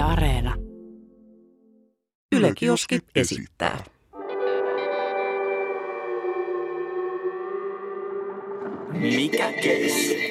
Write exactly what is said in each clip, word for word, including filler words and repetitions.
Areena. Yle Kioski esittää. Mikä keissi?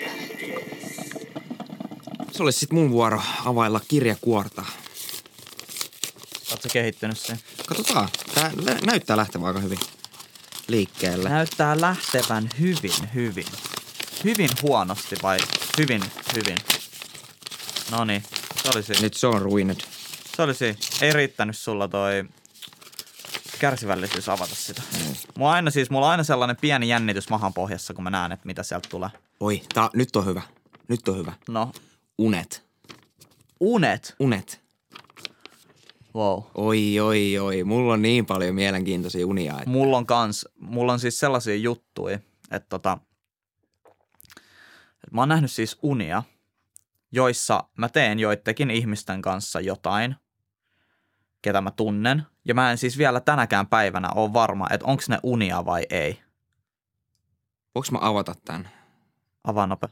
Se olisi sit mun vuoro availla kirjakuorta. Ootko kehittynyt sen? Katsotaan. Tää nä- näyttää lähtevän aika hyvin liikkeelle. Näyttää lähtevän hyvin, hyvin. Hyvin huonosti vai hyvin, hyvin? Noniin, se olisi. Nyt se on ruined. Se olisi. Ei riittänyt sulla toi kärsivällisyys avata sitä. Mm. Mulla aina siis, mulla on aina sellainen pieni jännitys mahan pohjassa, kun mä näen, että mitä sieltä tulee. Oi, tää, nyt on hyvä. Nyt on hyvä. No. Unet. Unet? Unet. Wow. Oi, oi, oi. Mulla on niin paljon mielenkiintoisia unia. Että... Mulla on kans, mulla on siis sellaisia juttuja, että tota, että mä oon nähnyt siis unia, joissa mä teen joidenkin ihmisten kanssa jotain, ketä mä tunnen. Ja mä en siis vielä tänäkään päivänä ole varma, että onko ne unia vai ei. Voinko mä avata tän? Avaa nopea.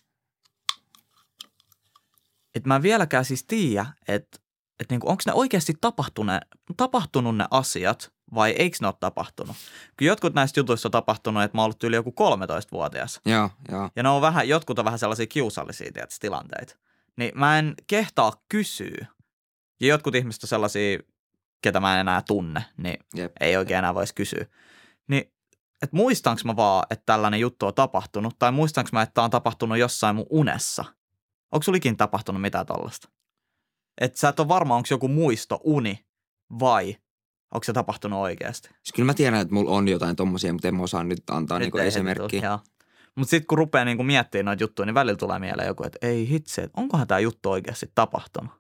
Että mä en vieläkään siis tiedä, että, että niinku, onko ne oikeasti tapahtunut ne asiat vai eikö ne ole tapahtunut. Kyllä jotkut näistä jutuista on tapahtunut, että mä oon ollut yli joku kolmetoistavuotias. Joo, joo. Ja ne on vähän, jotkut on vähän sellaisia kiusallisia tietysti, tilanteita. Niin mä en kehtaa kysyä. Ja jotkut ihmiset on sellaisia, ketä mä en enää tunne, niin Jep. ei oikein enää voisi kysyä. Niin, että muistanko mä vaan, että tällainen juttu on tapahtunut, tai muistanko mä, että tämä on tapahtunut jossain mun unessa? Onko sulla ikinä tapahtunut mitään tollaista? Että sä et ole varma, onko joku muisto, uni, vai onko se tapahtunut oikeasti? Siis kyllä mä tiedän, että mulla on jotain tommosia, mutta en mä osaa nyt antaa nyt niinku esimerkkiä. Mutta sitten kun rupeaa niinku miettimään noita juttuja, niin välillä tulee mieleen joku, että ei hitse, että onkohan tämä juttu oikeasti tapahtunut?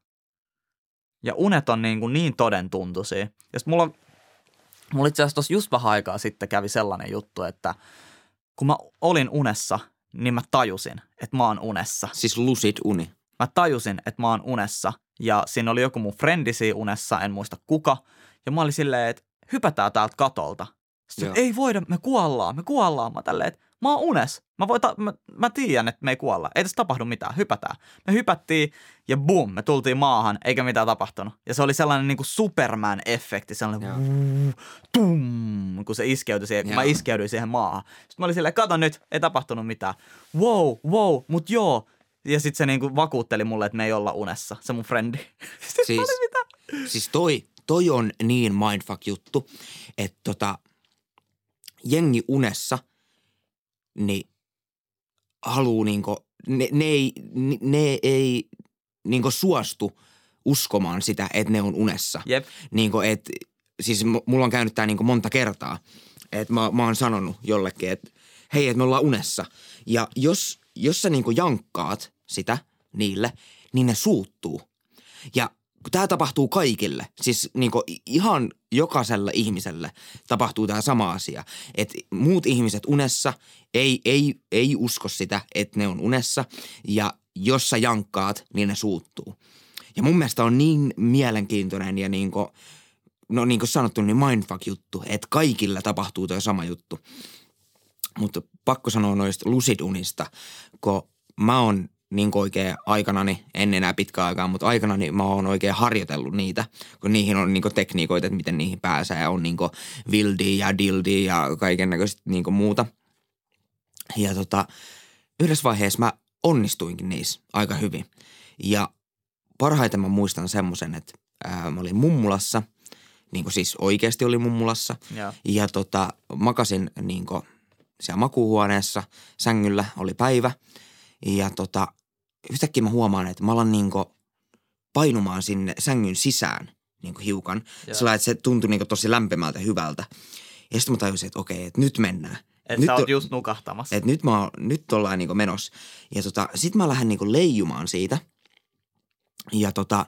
Ja unet on niin, kuin niin todentuntuisia. Ja sitten mulla, mulla itse asiassa tuossa just vähän aikaa sitten kävi sellainen juttu, että kun mä olin unessa, niin mä tajusin, että mä oon unessa. Siis lucid uni. Mä tajusin, että mä oon unessa ja siinä oli joku mun frendi siinä unessa, en muista kuka. Ja mä olin silleen, että hypätään täältä katolta. Sitten ei voida, me kuollaan, me kuollaan. Mä tälleen, että mä oon unessa. Mä, voita, mä, mä tiedän, että me ei kuolla. Ei tässä tapahdu mitään, hypätään. Me hypättiin ja boom, me tultiin maahan, eikä mitään tapahtunut. Ja se oli sellainen niin kuin Superman-efekti, sellainen vuu, tum, kun se iskeytyi siihen, kun mä iskeydyin siihen maahan. Sitten mä olin silleen, kato nyt, ei tapahtunut mitään. Wow, wow, mut joo. Ja sitten se niinku vakuutteli mulle, että me ei olla unessa, se mun frendi. Siis, siis toi, toi on niin mindfuck-juttu, että tota, jengi unessa, niin haluu niinku, ne, ne ei, ne, ne ei niinku suostu uskomaan sitä, että ne on unessa. Jep. Niinku, et, siis mulla on käynyt tää niinku monta kertaa, että mä, mä oon sanonut jollekin, että hei, että me ollaan unessa. Ja jos... Jos sä niinku jankkaat sitä niille, niin ne suuttuu. Ja tämä tapahtuu kaikille, siis niinku ihan jokaiselle ihmiselle tapahtuu tämä sama asia. Että muut ihmiset unessa ei, ei, ei usko sitä, että ne on unessa ja jos sä jankkaat, niin ne suuttuu. Ja mun mielestä on niin mielenkiintoinen ja niinku, no niin kuin sanottu, niin mindfuck juttu, että kaikilla tapahtuu tuo sama juttu. Mutta pakko sanoa noista lucid-unista, kun mä oon niin oikein aikanani, en enää pitkä aikaa, mutta aikanani mä oon oikein harjoitellut niitä, kun niihin on niin tekniikoita, että miten niihin pääsee ja on niin vildi ja dildi ja kaiken näköistä niin muuta. Ja tota, yhdessä vaiheessa mä onnistuinkin niissä aika hyvin. Ja parhaiten mä muistan semmoisen, että ää, mä olin mummulassa, niin kuin siis oikeasti olin mummulassa. Ja, ja tota, makasin niin kuin siellä makuuhuoneessa, sängyllä oli päivä ja tota, yhtäkkiä mä huomaan, että mä alan niinku painumaan sinne sängyn sisään niinku hiukan. Sillä että se tuntui niinku tosi lämpimältä ja hyvältä. Ja sitten mä tajusin, että okei, että nyt mennään. Että sä oot just nukahtamassa. Että nyt, mä, nyt ollaan niinku menossa. Ja tota, sit mä lähden niinku leijumaan siitä. Ja tota...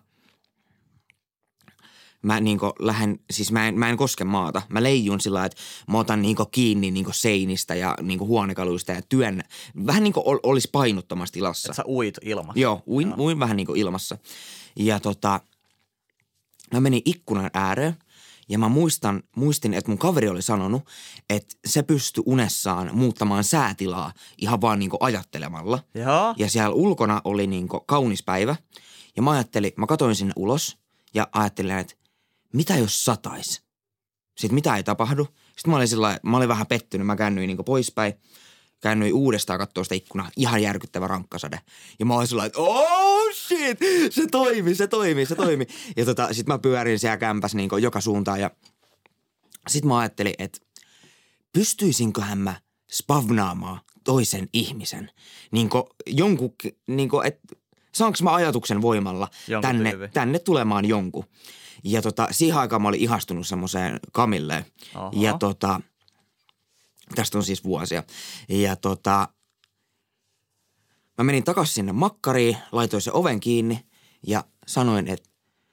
Mä niinku lähden, siis mä en, mä en koske maata. Mä leijun sillä lailla, että mä otan niinku kiinni niinku seinistä ja niinku huonekaluista ja työn. Vähän niinku ol, olisi painottomassa tilassa. Että sä uit ilmassa. Joo, uin, Joo. uin vähän niinku ilmassa. Ja tota, mä menin ikkunan ääreen ja mä muistan, muistin, että mun kaveri oli sanonut, että se pystyi unessaan muuttamaan säätilaa ihan vaan niinku ajattelemalla. Joo. Ja siellä ulkona oli niinku kaunis päivä. Ja mä ajattelin, mä katoin sinne ulos ja ajattelin, että mitä jos satais? Sitten mitä ei tapahdu. Sitten mä olin sillä mä olin vähän pettynyt, mä käännyin niin poispäin. Käännyin uudestaan katsoa sitä ikkunaa, ihan järkyttävä rankkasade. Ja mä olin sillä että oh shit, se toimi, se toimi, se toimi. Ja tota, sit mä pyörin siellä kämpäs niin joka suuntaan ja sit mä ajattelin, että pystyisinköhän mä spavnaamaan toisen ihmisen. Niin jonkun, niin että saanko mä ajatuksen voimalla tänne, tänne tulemaan jonkun. Ja tota, siihen aikaan mä olin ihastunut semmoiseen Camilleen. Oho. Ja tota, tästä on siis vuosia. Ja tota, mä menin takaisin sinne makkariin, laitoin sen oven kiinni ja sanoin, että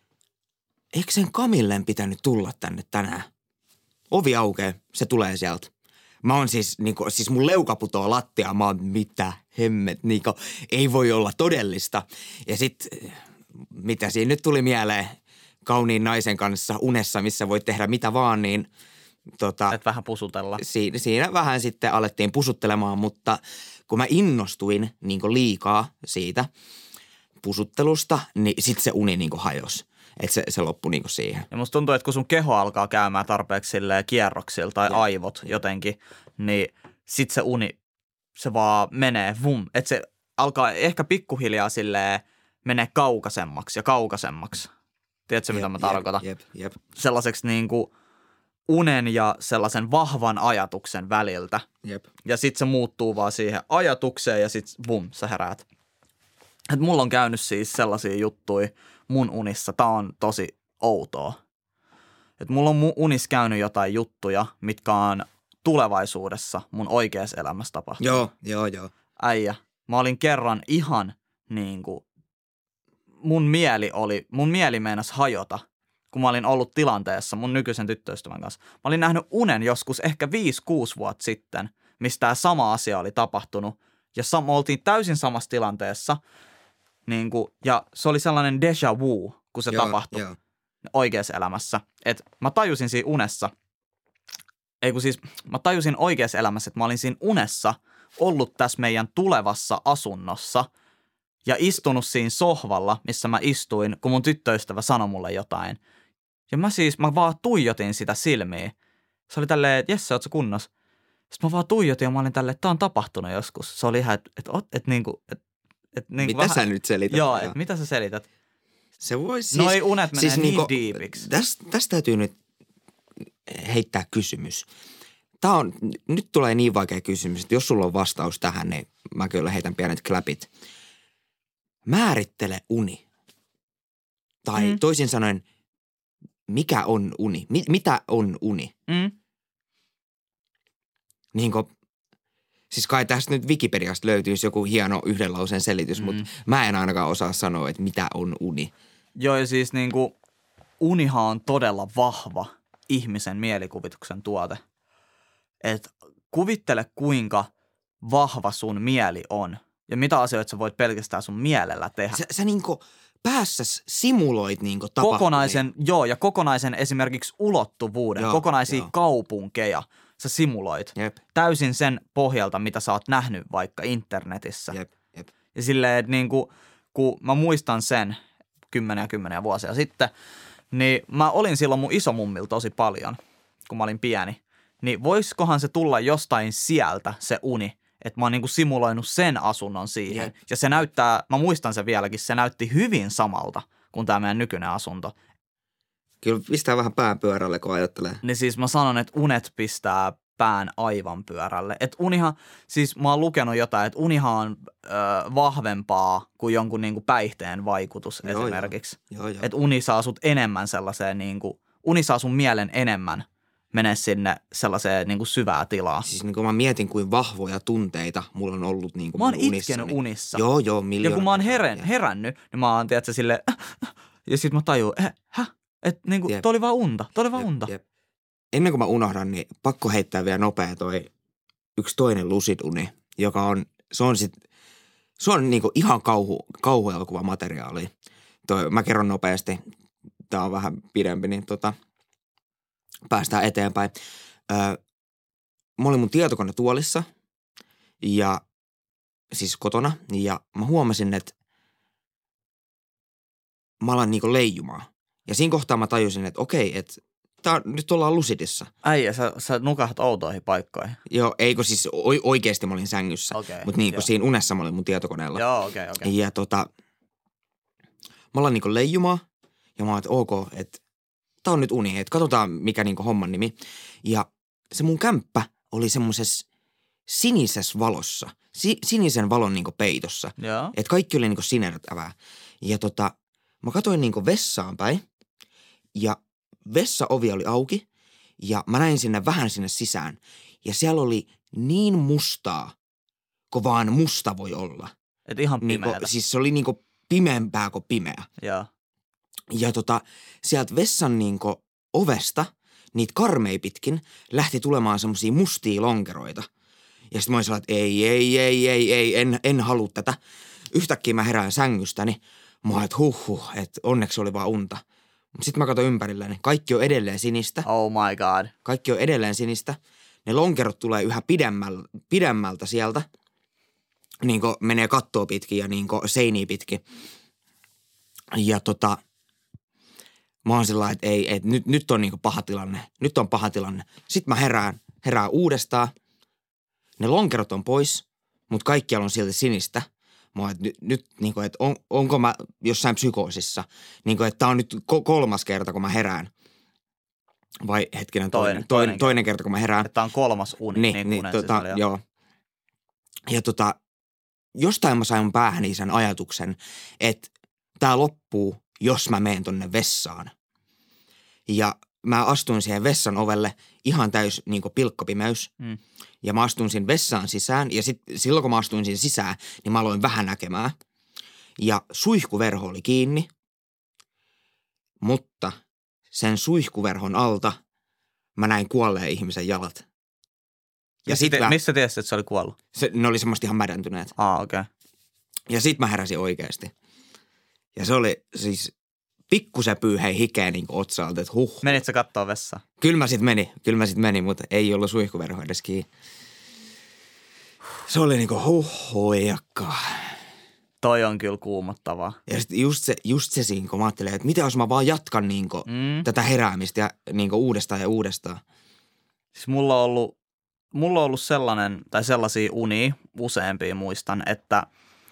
eikö sen Camilleen pitänyt tulla tänne tänään? Ovi aukeaa, se tulee sieltä. Mä oon siis, niinku, siis mun leuka putoo lattiaan, mä oon mitä hemmet, niinku, ei voi olla todellista. Ja sit, mitä siinä nyt tuli mieleen kauniin naisen kanssa unessa, missä voit tehdä mitä vaan, niin tota. Et vähän pusutella. Siinä, siinä vähän sitten alettiin pusuttelemaan, mutta kun mä innostuin niinku liikaa siitä pusuttelusta, niin sit se uni niinku hajosi. Että se, se loppui niinku siihen. Ja musta tuntuu, että kun sun keho alkaa käymään tarpeeksi kierroksilla tai ja. aivot jotenkin, niin sit se uni, se vaan menee vum. Että se alkaa ehkä pikkuhiljaa silleen menee kaukaisemmaksi ja kaukaisemmaksi. Tiedätkö, jep, mitä mä jep, tarkoitan? Jep, jep. Sellaiseksi niinku unen ja sellaisen vahvan ajatuksen väliltä. Jep. Ja sit se muuttuu vaan siihen ajatukseen ja sit bum, sä heräät. Et mulla on käynyt siis sellaisia juttuja mun unissa. Tää on tosi outoa. Et mulla on mun unissa käynyt jotain juttuja, mitkä on tulevaisuudessa mun oikeassa elämässä tapahtunut. Joo, joo, joo. Äijä. Mä olin kerran ihan niinku, mun mieli oli, mun mieli meinasi hajota, kun mä olin ollut tilanteessa mun nykyisen tyttöystävän kanssa. Mä olin nähnyt unen joskus ehkä viisi kuusi vuotta sitten, mistä tämä sama asia oli tapahtunut. Ja sam- me oltiin täysin samassa tilanteessa. Niin kuin, ja se oli sellainen déjà vu, kun se joo, tapahtui joo. oikeassa elämässä. Että mä tajusin siinä unessa, ei kun siis mä tajusin oikeassa elämässä, että mä olin siinä unessa ollut tässä meidän tulevassa asunnossa ja istunut siinä sohvalla, missä mä istuin, kun mun tyttöystävä sanoi mulle jotain. Ja mä siis, mä vaan tuijotin sitä silmiä. Se oli tälleen, että Jesse, ootko kunnossa? Sitten mä vaan tuijotin ja mä olin tälleen, että tää on tapahtunut joskus. Se oli ihan, että et, et, et, niinku, et, et, niinku mitä vähän, sä nyt selität? Joo, että mitä sä selität? Se voi siis. Noi unet menee siis niin niinku, diipiksi. Tästä täs täytyy nyt heittää kysymys. Tää on, nyt tulee niin vaikea kysymys, että jos sulla on vastaus tähän, niin mä kyllä heitän pienet kläpit. Määrittele uni. Tai mm. toisin sanoen, mikä on uni? Mi- mitä on uni? Mm. Niin kuin, siis kai tästä nyt Wikipediasta löytyisi joku hieno yhden lauseen selitys, mm. mutta mä en ainakaan osaa sanoa, että mitä on uni. Joo, ja siis niin kuin unihan on todella vahva ihmisen mielikuvituksen tuote. Et kuvittele, kuinka vahva sun mieli on ja mitä asioita sä voit pelkästään sun mielellä tehdä. Sä, sä niinku päässäs simuloit niinku tapahtumia. Kokonaisen, joo, ja kokonaisen esimerkiksi ulottuvuuden, joo, kokonaisia joo. kaupunkeja sä simuloit. Jep. Täysin sen pohjalta, mitä sä oot nähnyt vaikka internetissä. Jep, jep. Ja silleen, että niinku, kun mä muistan sen kymmeniä kymmeniä vuosia sitten, niin mä olin silloin mun isomummilla tosi paljon, kun mä olin pieni. Niin voisikohan se tulla jostain sieltä se uni, että mä oon niinku simuloinut sen asunnon siihen. Jep. Ja se näyttää, mä muistan sen vieläkin, se näytti hyvin samalta kuin tämä meidän nykyinen asunto. Kyllä pistää vähän pään pyörälle, kun ajattelee. Niin siis mä sanon, että unet pistää pään aivan pyörälle. Että unihan, siis mä oon lukenut jotain, että unihan on ö, vahvempaa kuin jonkun niinku päihteen vaikutus joo, esimerkiksi. Että uni saa sut enemmän sellaiseen, niinku, uni saa sun mielen enemmän mene sinne sellaiseen niin kuin syvää tilaa. Siis niin kuin mä mietin, kuin vahvoja tunteita mulla on ollut niin kuin mä oon unissani. itkenyt unissa. Joo, joo, miljoona. Ja kun mä oon herän, herännyt, niin mä oon, tiedätkö, silleen, äh, äh, ja sit mä tajun, äh, häh? Että niin kuin, toi oli vaan unta, toi oli vaan jep, unta. Jep. Ennen kuin mä unohdan, niin pakko heittää vielä nopea toi yksi toinen lucid-uni, joka on, se on sit, se on niin kuin ihan kauhu, kauhuelokuva materiaalia. Toi, mä kerron nopeasti, tää on vähän pidempi, niin tota, päästään eteenpäin. Öö, mä olin mun tietokone tuolissa ja siis kotona ja mä huomasin, että mä alan niinku leijumaan. Ja siinä kohtaa mä tajusin, että okei, että tää, nyt ollaan lucidissa. Äijä, sä, sä nukahat outoihin paikkoihin. Joo, eikö siis o- oikeasti mä olin sängyssä. Okay, mutta niin joo. siinä unessa mä olin mun tietokoneella. Joo, okei, okay, okei. Okay. Ja tota, mä alan niinku leijumaan ja mä oon, että ok, että tää on nyt uni, että katsotaan mikä niinku homman nimi. Ja se mun kämppä oli semmosessa sinisessä valossa, si- sinisen valon niinku peitossa. Joo. Että kaikki oli niinku sinertävää. Ja tota, mä katsoin niinku vessaan päin ja vessaovi oli auki ja mä näin sinne vähän sinne sisään. Ja siellä oli niin mustaa, kun vaan musta voi olla. Et ihan Niinku, pimeätä. siis se oli niinku pimeämpää kuin pimeä. Joo. Ja tota, sieltä vessan niinku ovesta, niitä karmei pitkin, lähti tulemaan semmosia mustia lonkeroita. Ja sitten mä olin sellainen, että ei, ei, ei, ei, ei, en, en halua tätä. Yhtäkkiä mä herään sängystäni. Mä olin, että huh, huh, että onneksi oli vaan unta. Mutta sitten mä katson ympärilleni. Kaikki on edelleen sinistä. Oh my god. Kaikki on edelleen sinistä. Ne lonkerot tulee yhä pidemmältä, pidemmältä sieltä. Niin kuin menee kattoa pitkin ja niin kuin seiniä pitkin. Ja tota, mä oon sillä että ei, että nyt, nyt on niin kuin paha tilanne. Nyt on paha tilanne. Sitten mä herään, herään uudestaan. Ne lonkerot on pois, mutta kaikkialla on silti sinistä. Mä oon, että nyt, nyt niin kuin, että on, onko mä jossain psykoosissa. Niin kuin, että tää on nyt ko- kolmas kerta, kun mä herään. Vai hetkinen, toinen, Toinen, toinen, toinen toinen kerta, kun mä herään. Että tää on kolmas uni. Niin, niin, niin niin tota, siis joo. Ja tota, jostain mä sain mun päähäni sen ajatuksen, että tää loppuu, jos mä menen tonne vessaan. Ja mä astuin siihen vessan ovelle ihan täys niin kuin pilkkopimeys. Mm. Ja mä astuin siinä vessaan sisään ja sit, silloin kun mä astuin siinä sisään, niin mä aloin vähän näkemään. Ja suihkuverho oli kiinni, mutta sen suihkuverhon alta mä näin kuolleen ihmisen jalat. Ja missä, sit te, mä, missä tiesit, että se oli kuollut? se, ne oli semmoista ihan mädäntyneet. Ah, okei. Okay. Ja sit mä heräsin oikeesti. Ja se oli siis pikkusen pyyhei hikeä niin otsalta, että huh. Menit sä kattoo vessaan? Kyllä mä sit meni, kyllä mä sit meni, mutta ei ollut suihkuverho edes kiinni. Se oli niinku huh, hoijakka. Toi on kyllä kuumottavaa. Ja sitten just se, just se siinä, kun mä ajattelin, että mitä jos mä vaan jatkan niinku Mm. tätä heräämistä ja niinku uudestaan ja uudestaan. Siis mulla on ollut, mulla on ollut sellainen, tai sellaisia unia, useampia muistan, että,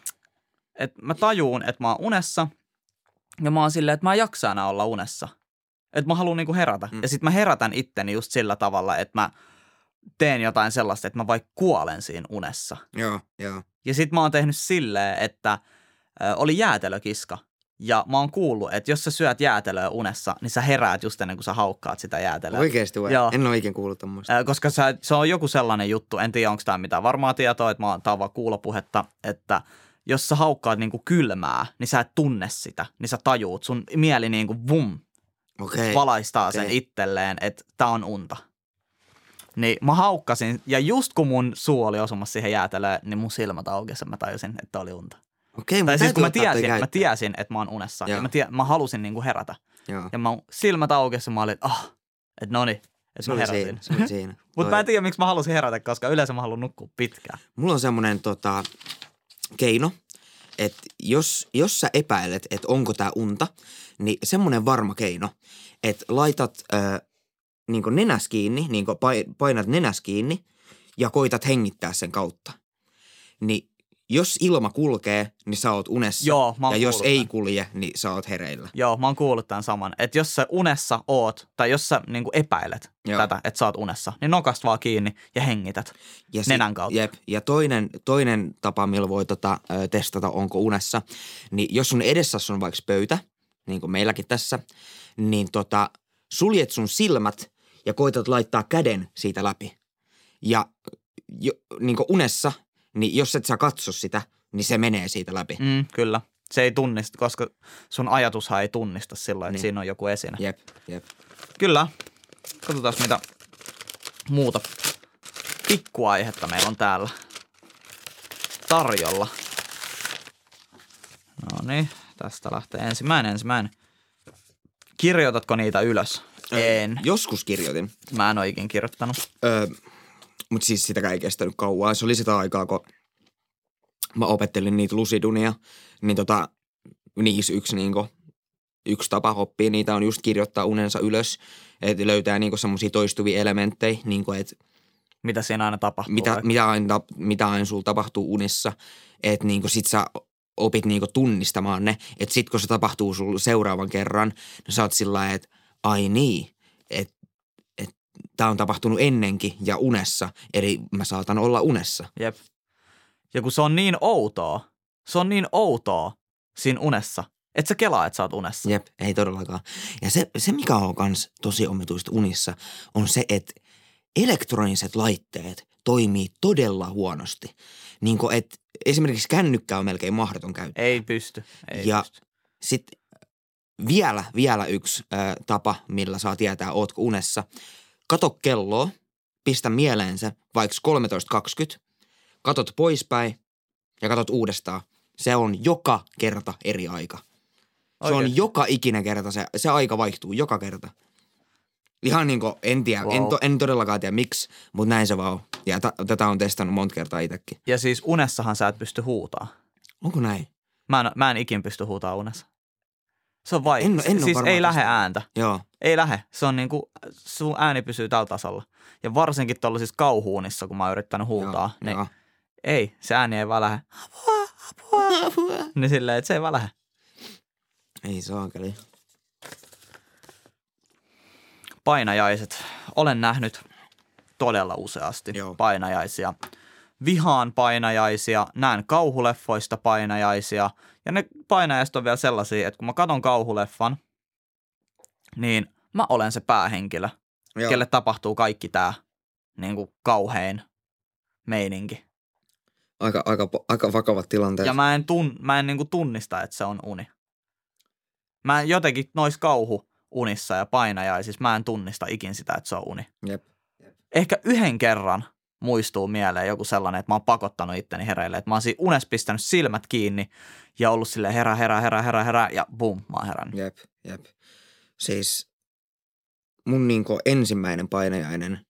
että mä tajuun, että mä oon unessa, ja mä oon silleen, että mä en jaksa enää olla unessa. Että mä haluan niinku herätä. Mm. Ja sit mä herätän itteni just sillä tavalla, että mä teen jotain sellaista, että mä vaikka kuolen siinä unessa. Joo, joo. Ja sit mä oon tehnyt silleen, että ö, oli jäätelökiska. Ja mä oon kuullut, että jos sä syöt jäätelöä unessa, niin sä heräät just ennen kuin sä haukkaat sitä jäätelöä. Oikeesti vai? Joo. En ole ikinä kuullut tommoista. Ö, Koska sä, se on joku sellainen juttu, en tiedä onko tämä mitään varmaa tietoa, että mä, tää on vaan kuulopuhetta, että jos sä haukkaat niinku kylmää, niin sä et tunne sitä, niin sä tajuut. Sun mieli niinku vum, Okei. valaistaa sen okei. itselleen, että tää on unta. Niin mä haukkasin, ja just kun mun suu oli osumassa siihen jäätelöön, niin mun silmät aukesi, mä tajusin, että oli unta. Okei, Tai mutta siis kun mä täytyy ottaa toi tiesin, mä käyttöön. tiesin, että mä oon unessa, Joo. ja mä, tie, mä halusin niinku herätä. Joo. Ja mä silmät aukesi, ja mä olin, että ah, että noni, että Se mä oli heräsin. siinä, se oli siinä. Mutta Toi- mä en tiedä, miksi mä halusin herätä, koska yleensä mä haluan nukkua pitkään. Mulla on semmoinen tota, keino, että jos, jos sä epäilet, että onko tää unta, niin semmoinen varma keino, että laitat äh, niin nenäs kiinni, niin painat nenäs kiinni ja koitat hengittää sen kautta. Niin jos ilma kulkee, niin sä oot unessa. Joo, mä oon ja jos kuullut ei tämän. kulje, niin sä oot hereillä. Joo, mä oon kuullut tämän saman. Että jos sä unessa oot, tai jos sä niinku epäilet Joo. tätä, että sä oot unessa, niin nokasta vaan kiinni ja hengität Ja nenän kautta. Jep. Ja toinen, toinen tapa, millä voi tota, ö, testata, onko unessa, niin jos sun edessä on vaikka pöytä, niin kuin meilläkin tässä, niin tota, suljet sun silmät ja koitat laittaa käden siitä läpi. Ja jo, niin kuin unessa, niin jos et sä katso sitä, niin se menee siitä läpi. Mm, kyllä. Se ei tunnista, koska sun ajatushan ei tunnista silloin, että Niin. siinä on joku esine. Jep, jep. Kyllä. Katsotaan mitä muuta pikkuaihetta meillä on täällä tarjolla. No niin, tästä lähtee ensimmäinen, ensimmäinen. Kirjoitatko niitä ylös? En. Joskus kirjoitin. Mä en ole ikin kirjoittanut. Öö, mutta siis sitäkään ei kestänyt kauan. Se oli sitä aikaa, kun mä opettelin niitä lusidunia, niin tota, niissä yksi niinku yksi tapa oppia niitä on just kirjoittaa unensa ylös, että löytää niinku semmoisia toistuvia elementtejä, niinku että Mitä siinä aina tapahtuu? mitä, mitä, aina, mitä aina sulla tapahtuu unissa, että niinku sit sä opit niinku tunnistamaan ne, että sit kun se tapahtuu sulla seuraavan kerran, niin sä oot sillä lailla, että ai niin, että et, tää on tapahtunut ennenkin ja unessa, eli mä saatan olla unessa. Jep. Ja kun se on niin outoa, se on niin outoa siinä unessa, että sä kelaa, että sä oot unessa. Jep, ei todellakaan. Ja se, se mikä on kans tosi omituista unissa, on se, että elektroniset laitteet toimii todella huonosti. Niin kuin, että esimerkiksi kännykkää on melkein mahdoton käyttää. Ei pysty, ei ja pysty. sitten vielä, vielä yksi ö, tapa, millä saa tietää, ootko unessa. Kato kelloa, pistä mieleensä vaikka kolmetoista kaksikymmentä, katot poispäin ja katot uudestaan. Se on joka kerta eri aika. Se Oikein. on joka ikinen kerta, se, se aika vaihtuu joka kerta. Ihan niin kuin, en tiedä, Wow. en, to, en todellakaan tiedä miksi, mutta näin se vaan on. Ja t- tätä on testannut monta kertaa itsekin. Ja siis unessahan sä et pysty huutaa. Onko näin? Mä en, mä en ikin pysty huutaa unessa. Se on vaikea. En- en oo siis varmaan ei lähde testannut. ääntä. Joo. Ei lähde. Se on niinku, sun ääni pysyy tällä tasolla. Ja varsinkin tollisissa kauhuunissa, kun mä oon yrittänyt huutaa, Joo, niin joo. ei, se ääni ei vaan lähde. Apua, apua, apua. Niin silleen, että se ei vaan lähde. Ei saakeli. Painajaiset. Olen nähnyt todella useasti Joo. painajaisia. Vihaan painajaisia, näen kauhuleffoista painajaisia. Ja ne painajaiset on vielä sellaisia, että kun mä katon kauhuleffan, niin mä olen se päähenkilö, Joo. kelle tapahtuu kaikki tää niin kuin kauhein meininki. Aika, aika, aika vakavat tilanteet. Ja mä en, tun, mä en niin kuin tunnista, että se on uni. Mä en jotenkin nois kauhuunissa ja painajaisissa, mä en tunnista ikin sitä, että se on uni. Jep. Ehkä yhden kerran muistuu mieleen joku sellainen, että mä oon pakottanut itteni hereille. Että mä oon siinä unessa pistänyt silmät kiinni ja ollut silleen herä, herä, herä, herä, herä ja bum, mä oon herännyt. Jep, jep. Siis mun niinku ensimmäinen painajainen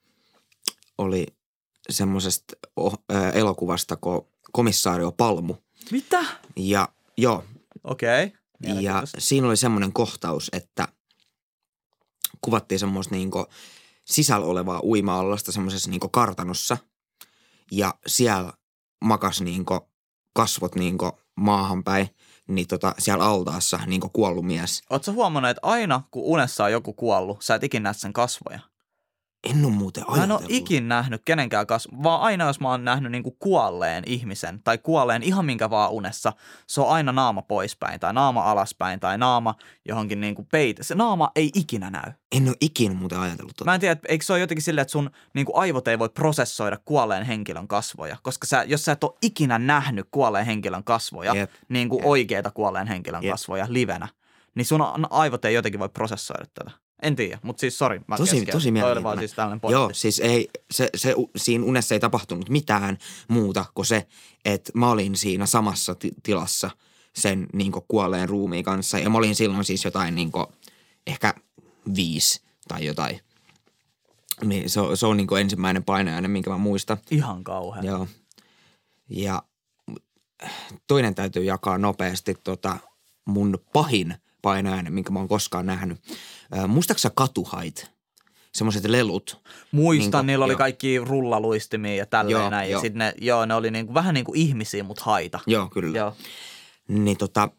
oli semmosesta oh, äh, elokuvasta kuin Komissaario Palmu. Mitä? Ja joo, Okei. Okay. ja siinä oli semmoinen kohtaus, että kuvattiin semmoista niinku sisällä olevaa uima-allasta semmoisessa niinku kartanossa. Ja siellä makas niinku kasvot niinku maahan päin, niin tota siellä altaassa niinku kuollut mies. Ootko huomannut, että aina kun unessa on joku kuollut, sä et ikin näe sen kasvoja? En ole muuten Mä en ajatellut. ole ikin nähnyt kenenkään kasvoja, vaan aina jos mä oon nähnyt niinku kuolleen ihmisen tai kuolleen ihan minkä vaan unessa, se on aina naama poispäin tai naama alaspäin tai naama johonkin niinku peite. Se naama ei ikinä näy. En ole ikinä muuten ajatellut tota. Mä en tiedä, että eikö se ole jotenkin silleen, että sun niinku aivot ei voi prosessoida kuolleen henkilön kasvoja, koska sä, jos sä et ole ikinä nähnyt kuolleen henkilön kasvoja, Jep. niinku Jep. oikeita kuolleen henkilön Jep. kasvoja livenä, niin sun aivot ei jotenkin voi prosessoida tätä. En tiedä, mutta siis sori, mä Tosi, keskeytin. tosi Toi oli mielenkiintoinen. vaan siis tällainen pointti. Joo, siis ei, se, se, siinä unessa ei tapahtunut mitään muuta kuin se, että mä olin siinä samassa ti- tilassa sen niin kuolleen ruumiin kanssa. Ja mä olin silloin siis jotain niin ehkä viisi tai jotain. Niin se on, se on niin ensimmäinen painajainen, minkä mä muistan. Ihan kauhean. Joo. Ja toinen täytyy jakaa nopeasti tota mun pahin painajainen, minkä mä oon koskaan nähnyt. Äh, muistaaksä sä katuhait? Semmoiset lelut. Muistan, Niinku, niillä oli joo. kaikki rullaluistimia ja tälleen Joo, näin. Ja joo. sit ne, joo, ne oli niinku, vähän niin kuin ihmisiä, mutta haita. Joo, kyllä. Joo. Niin tota,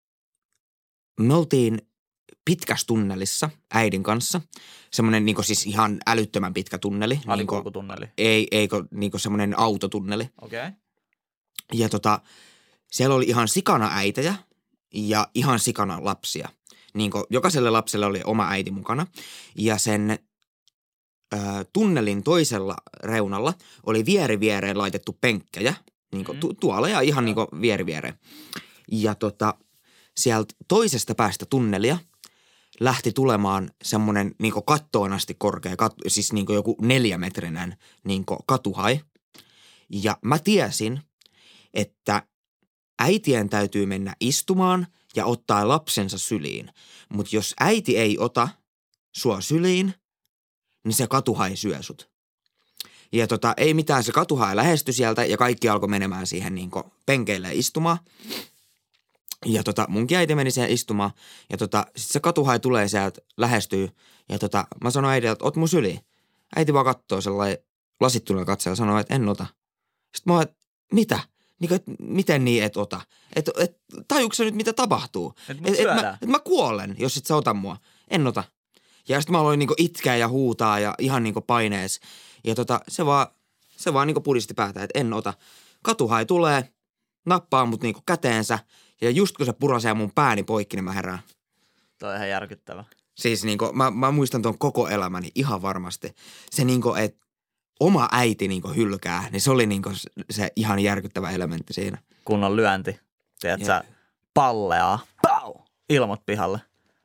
me oltiin pitkässä tunnelissa äidin kanssa. Semmoinen niinku siis ihan älyttömän pitkä tunneli. Niinku, Alikulkutunneli. ei, eikö niinku semmoinen autotunneli. Okei. Okay. Ja tota, siellä oli ihan sikana äitejä ja ihan sikana lapsia. Niin kuin jokaiselle lapselle oli oma äiti mukana. Ja sen ö, tunnelin toisella reunalla oli vieri viereen laitettu penkkejä. Niin kuin Mm. tu- tuoleja ihan niin kuin vieri viereen. Ja tota, sieltä toisesta päästä tunnelia lähti tulemaan semmoinen niin kuin kattoon asti korkea, kat- siis niin kuin joku neljämetrinen niin kuin katuhai. Ja mä tiesin, että äitien täytyy mennä istumaan ja ottaa lapsensa syliin. Mutta jos äiti ei ota sua syliin, niin se katuhai syö sut. Ja tota, ei mitään, se katuhai lähestyi sieltä ja kaikki alkoi menemään siihen niinku penkeille istumaan. Ja tota, munkin äiti meni siihen istumaan ja tota, sit se katuhai tulee sieltä, lähestyy ja tota, mä sanoin äidille, että oot mun syliin. Äiti vaan kattoo sellainen lasittuneen katseella ja sanoo, että en ota. Sitten mä oon, että mitä? Niin, että miten niin et ota? Et, et, tajuuko sä nyt mitä tapahtuu? Et et, et, mä, et mä kuolen, jos sit sä ota mua. En ota. Ja sitten mä aloin niinku itkeä ja huutaa ja ihan niinku painees. Ja tota, se vaan, se vaan niinku pudisti päätä, että en ota. Katuhai tulee, nappaa mut niinku käteensä ja just kun se purasee mun pääni poikki, niin mä herään. Toi on ihan järkyttävä. Siis niinku, mä, mä muistan tuon koko elämäni ihan varmasti. Se niinku, että oma äiti niinku hylkää, niin se oli niinku se ihan järkyttävä elementti siinä. Kunnon lyönti. Tiedät sä, palleaa. Pau! Ilmot pihalle.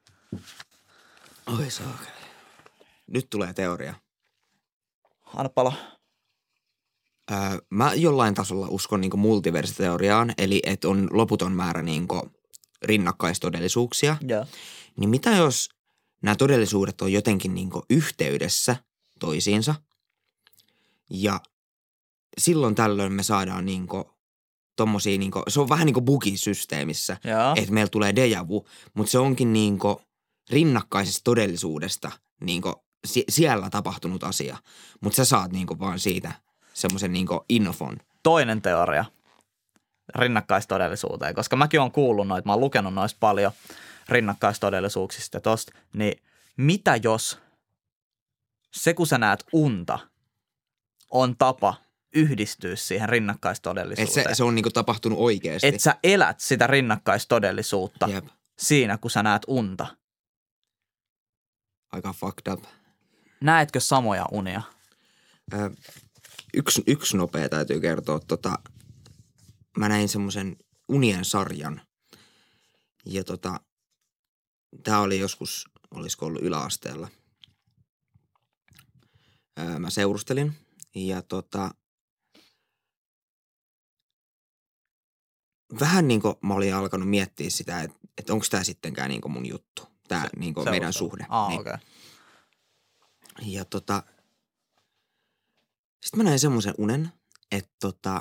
Oi saakeli. Nyt tulee teoria. Anna palo. Öö, mä jollain tasolla uskon niinku multiversiteoriaan, eli että on loputon määrä niinku rinnakkaistodellisuuksia. Joo. Niin mitä jos nämä todellisuudet on jotenkin niinku yhteydessä toisiinsa ja silloin tällöin me saadaan niinku tommosia niinku, se on vähän niinku bugisysteemissä, että meillä tulee déjà vu, mutta se onkin niinku rinnakkaisesta todellisuudesta niinku sie- siellä tapahtunut asia, mutta sä saat niinku vaan siitä semmoisen niinku infon. Toinen teoria rinnakkaistodellisuuteen, koska mäkin oon kuullut noita, mä oon lukenut noista paljon rinnakkaistodellisuuksista tosta, niin mitä jos se, kun sä näet unta, on tapa yhdistyä siihen rinnakkaistodellisuuteen. Et se, se on niinku tapahtunut oikeasti. Että sä elät sitä rinnakkaistodellisuutta Jep. siinä, kun sä näet unta. Aika fucked up. Näetkö samoja unia? Ö, yksi, yksi nopea täytyy kertoa. Tota, mä näin semmoisen unien sarjan. Ja tota, tää oli joskus, olisiko ollut yläasteella. Ö, mä seurustelin ja tota, vähän niin kuin mä olin alkanut miettiä sitä, että, että onko tää sittenkään niin kuin mun juttu. Tää se, niin kuin meidän suhde. Aa, niin. okei. Okay. Ja tota, sit mä näin semmoisen unen, että tota,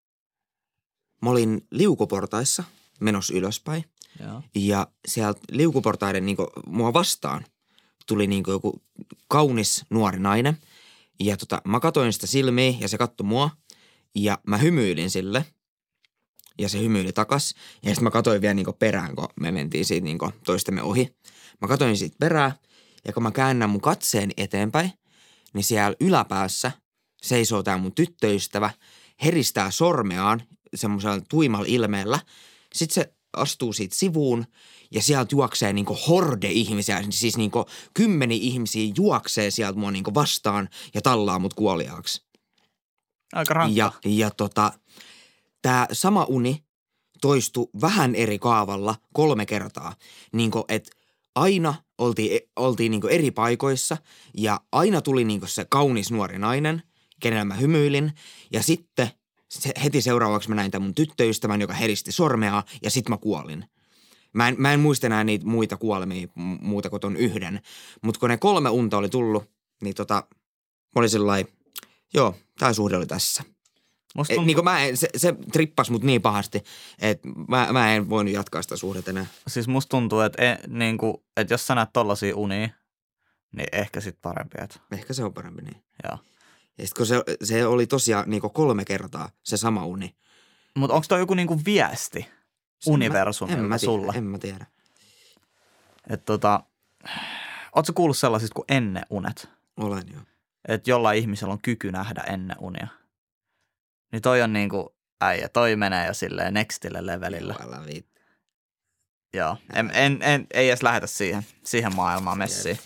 mä olin liukuportaissa menossa ylöspäin. Joo. Ja sieltä liukuportaiden niinku mua vastaan tuli niinku joku kaunis nuori nainen. Ja tota, mä katoin sitä silmiä ja se katsoi mua ja mä hymyilin sille. Ja se hymyili takas. Ja sitten mä katoin vielä niinku perään, kun me mentiin siitä niinku toistemme ohi. Mä katoin siitä perään ja kun mä käännän mun katseen eteenpäin, niin siellä yläpäässä seisoo tää mun tyttöystävä, heristää sormeaan semmoisella tuimalla ilmeellä. Sitten se astuu siitä sivuun ja sieltä juoksee niinku horde ihmisiä, siis niinku kymmeni ihmisiä juoksee sieltä mua niinku vastaan ja tallaa mut kuoliaaksi. Aika rankka. Ja, ja tota, tää sama uni toistui vähän eri kaavalla kolme kertaa. Niinku, että aina oltiin, oltiin niinku eri paikoissa ja aina tuli niinku se kaunis nuori nainen, kenellä mä hymyilin ja sitten se, heti seuraavaksi mä näin tämän mun tyttöystävän, joka heristi sormea ja sit mä kuolin. Mä en, mä en muista enää niitä muita kuolemia muuta kuin ton yhden. Mutta kun ne kolme unta oli tullut, niin tota, mä olin sellainen, joo, tää suhde oli tässä. Tuntuu... E, niin mä en, se, se trippasi mut niin pahasti, että mä, mä en voinut jatkaa sitä suhdetta enää. Siis musta tuntuu, että, e, niin kuin, että jos sä näet tollasia unia, niin ehkä sit parempi. Että... Ehkä se on parempi niin. Joo. Ja sit kun se, se oli tosiaan niin kolme kertaa se sama uni. Mutta onko toi joku niinku viesti universumilta sulla? En mä tiedä. Että tota, ootko kuullut sellaisista kuin enneunet? Olen jo. Että jollain ihmisellä on kyky nähdä ennen unia. Niin toi on niinku, äijä, toi menee jo silleen nextille levelille. Joo, älä viitti. Joo, en, en, en, ei edes lähetä siihen, siihen maailmaan messiin.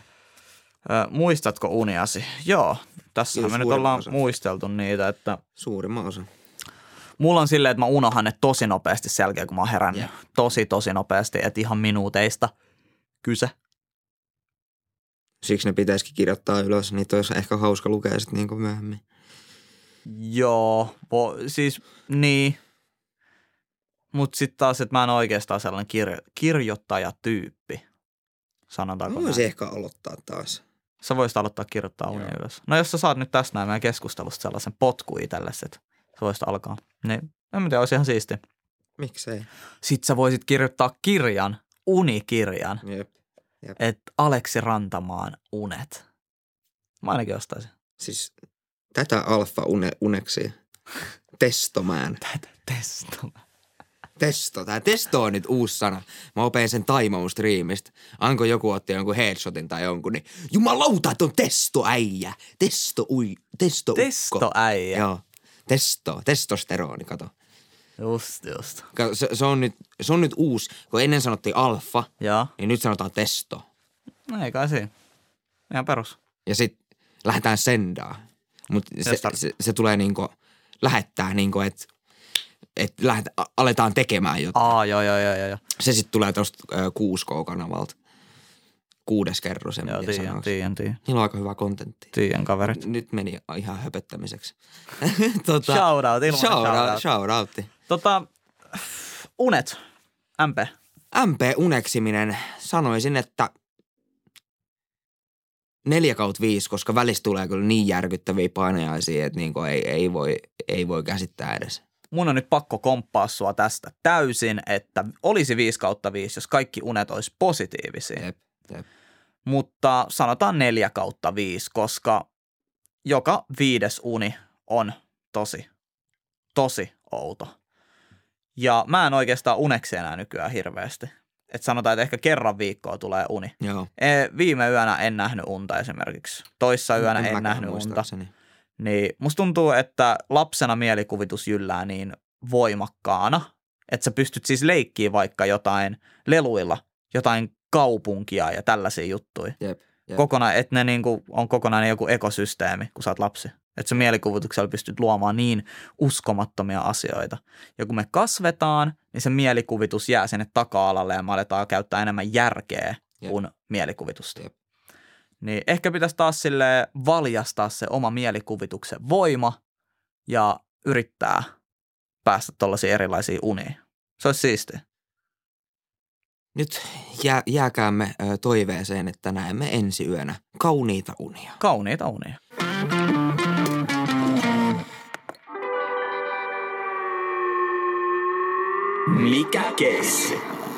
Ö, muistatko uniasi? Joo, tässähän me nyt ollaan osa. muisteltu niitä, että... Suurimman osa. Mulla on silleen, että mä unohan ne tosi nopeasti sen jälkeen, kun mä oon herännyt. Yeah. Tosi, tosi nopeasti, että ihan minuuteista kyse. Siksi ne pitäisikin kirjoittaa ylös, niin olisi ehkä hauska lukea sitten niin kuin myöhemmin. Joo, vo, siis niin. Mutta sitten taas, että mä en oikeastaan sellainen kir- kirjoittajatyyppi, sanotaanko näin. Voisi ehkä aloittaa taas. Sä voisit aloittaa kirjoittaa unia ylös. No jos sä saat nyt tästä näin meidän keskustelusta sellaisen potku itsellesi, että sä voisit alkaa. Niin en mä tiedä, olisi ihan siisti. Miksei? Sitten sä voisit kirjoittaa kirjan, unikirjan, Jep. Jep. että Aleksi Rantamaan unet. Mä ainakin ostaisin. Siis tätä alfa-uneksia. Testomään. Tätä testomaan. Testo. Tää testo on nyt uusi sana. Mä opin sen Taimon striimistä. Anko joku otti jonkun headshotin tai jonkun, niin jumalauta, että on testoäijä. Testo, ui, testo Testoäijä. Joo. Testo, testosteroni, kato. Just, just. Kato, se, se, on nyt, se on nyt uusi. Kun ennen sanottiin alfa, Joo. niin nyt sanotaan testo. No ei kai siinä. Ihan perus. Ja sit lähdetään sendaa. Mutta se, se, se tulee niinku, lähettää niinku, että et lähet, aletaan tekemään jotain. Aa, joo, joo, joo, joo. Se sitten tulee tuosta kuusi K-kanavalta. Kuudes kerros, en Joo, tiedä tiedän, sanoksi. tiedän, tiedän. Niillä on aika hyvä kontentti. Tiedän, kaverit. Nyt meni ihan höpöttämiseksi. tota, Shout out, ilman shout shout out. out. Shout outti. Tota, unet, M P. M P-uneksiminen, sanoisin, että neljä kautta viisi, koska välistä tulee kyllä niin järkyttäviä painajaisia, että niinku ei, ei, voi, ei voi käsittää edes. Mun on nyt pakko komppaa sua tästä täysin, että olisi viisi kautta viisi, jos kaikki unet olisi positiivisia. Jep, jep. Mutta sanotaan neljä kautta viisi, koska joka viides uni on tosi, tosi outo. Ja mä en oikeastaan uneksi enää nykyään hirveästi. Että sanotaan, että ehkä kerran viikkoa tulee uni. Joo. E, viime yönä en nähnyt unta esimerkiksi. Toissa yönä en, en nähnyt unta. Niin musta tuntuu, että lapsena mielikuvitus jyllää niin voimakkaana, että sä pystyt siis leikkiä vaikka jotain leluilla, jotain kaupunkia ja tällaisia juttuja. Jep, jep. Kokona, että ne niinku on kokonainen joku ekosysteemi, kun sä oot lapsi. Että sä mielikuvituksella pystyt luomaan niin uskomattomia asioita. Ja kun me kasvetaan, niin se mielikuvitus jää sinne taka-alalle ja me aletaan käyttää enemmän järkeä Jep. kuin mielikuvitusta. Jep. Niin ehkä pitäisi taas sille valjastaa se oma mielikuvituksen voima ja yrittää päästä tollaisiin erilaisiin uniin. Se olisi siistiä. Nyt jää, jääkäämme ö, toiveeseen, että näemme ensi yönä kauniita unia. Kauniita unia. Mikä keissi?